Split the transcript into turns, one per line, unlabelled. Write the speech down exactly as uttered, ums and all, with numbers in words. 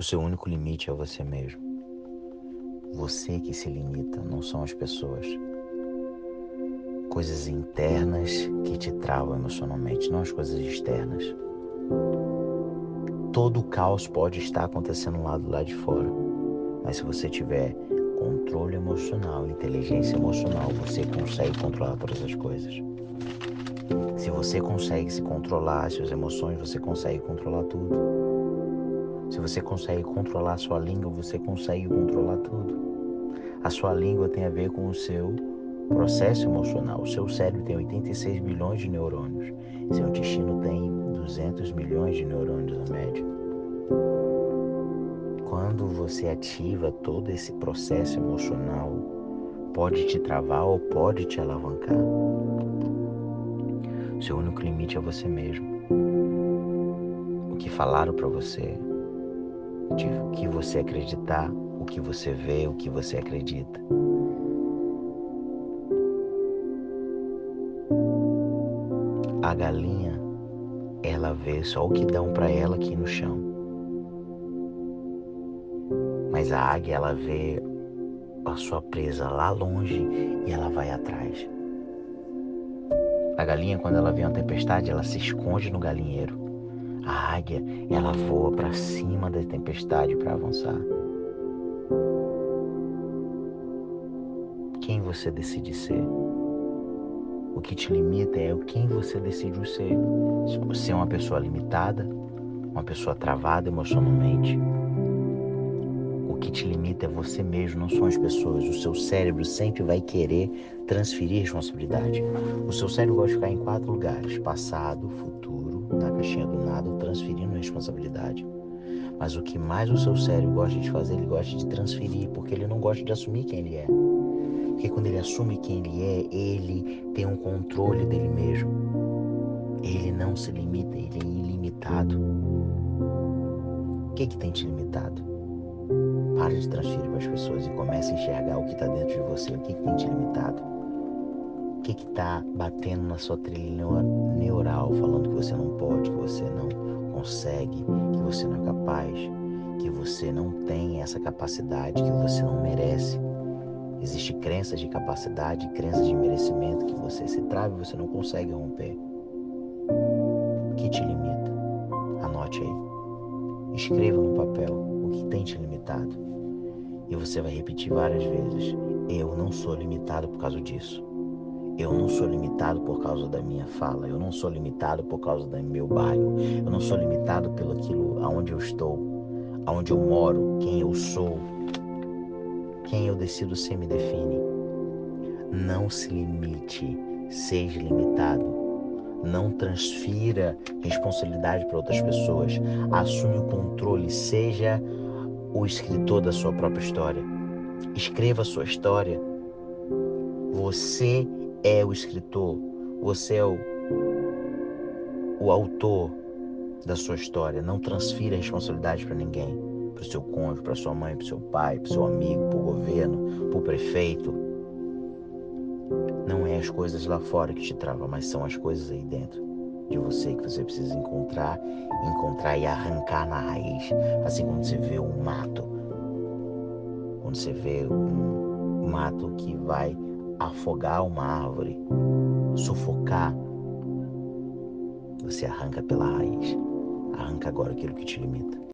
seu único limite é você mesmo. Você que se limita, não são as pessoas. Coisas internas que te travam emocionalmente, não as coisas externas. Todo o caos pode estar acontecendo lá do lado de fora, mas se você tiver controle emocional, inteligência emocional, você consegue controlar todas as coisas. Se você consegue se controlar, as suas emoções, você consegue controlar tudo. Se você consegue controlar a sua língua, você consegue controlar tudo. A sua língua tem a ver com o seu processo emocional. O seu cérebro tem oitenta e seis bilhões de neurônios. Seu intestino tem duzentos milhões de neurônios na média. Quando você ativa todo esse processo emocional, pode te travar ou pode te alavancar. Seu único limite é você mesmo. O que falaram para você, o que você acreditar, o que você vê, o que você acredita. A galinha, ela vê só o que dão para ela aqui no chão. Mas a águia, ela vê a sua presa lá longe e ela vai atrás. A galinha, quando ela vê uma tempestade, ela se esconde no galinheiro. A águia, ela voa para cima da tempestade para avançar. Quem você decide ser? O que te limita é o quem você decide ser. Se você é uma pessoa limitada, uma pessoa travada emocionalmente, o que te limita é você mesmo, não são as pessoas. O seu cérebro sempre vai querer transferir responsabilidade. O seu cérebro gosta de ficar em quatro lugares: passado, futuro, na caixinha do nada, transferindo responsabilidade. Mas o que mais o seu cérebro gosta de fazer, ele gosta de transferir, porque ele não gosta de assumir quem ele é. Porque quando ele assume quem ele é, ele tem um controle dele mesmo. Ele não se limita, ele é ilimitado. O que que tem te limitado? Para de transferir para as pessoas e comece a enxergar o que está dentro de você. O que que tem te limitado? O que que está batendo na sua trilha neural, falando que você não pode, que você não consegue, que você não é capaz, que você não tem essa capacidade, que você não merece. Existem crenças de capacidade, crenças de merecimento que você se trava e você não consegue romper. O que te limita? Anote aí. Escreva no papel o que tem te limitado. E você vai repetir várias vezes. Eu não sou limitado por causa disso. Eu não sou limitado por causa da minha fala. Eu não sou limitado por causa do meu bairro. Eu não sou limitado pelo aquilo aonde eu estou, aonde eu moro, quem eu sou, quem eu decido ser me define. Não se limite, seja limitado. Não transfira responsabilidade para outras pessoas. Assume o controle, seja o escritor da sua própria história. Escreva a sua história. Você é o escritor, você é o, o autor da sua história. Não transfira a responsabilidade para ninguém. Para o seu cônjuge, para sua mãe, para o seu pai, para o seu amigo, para o governo, para o prefeito. Não é as coisas lá fora que te travam, mas são as coisas aí dentro de você que você precisa encontrar, encontrar e arrancar na raiz. Assim como você vê um mato, quando você vê um mato que vai afogar uma árvore, sufocar, você arranca pela raiz. Arranca agora aquilo que te limita.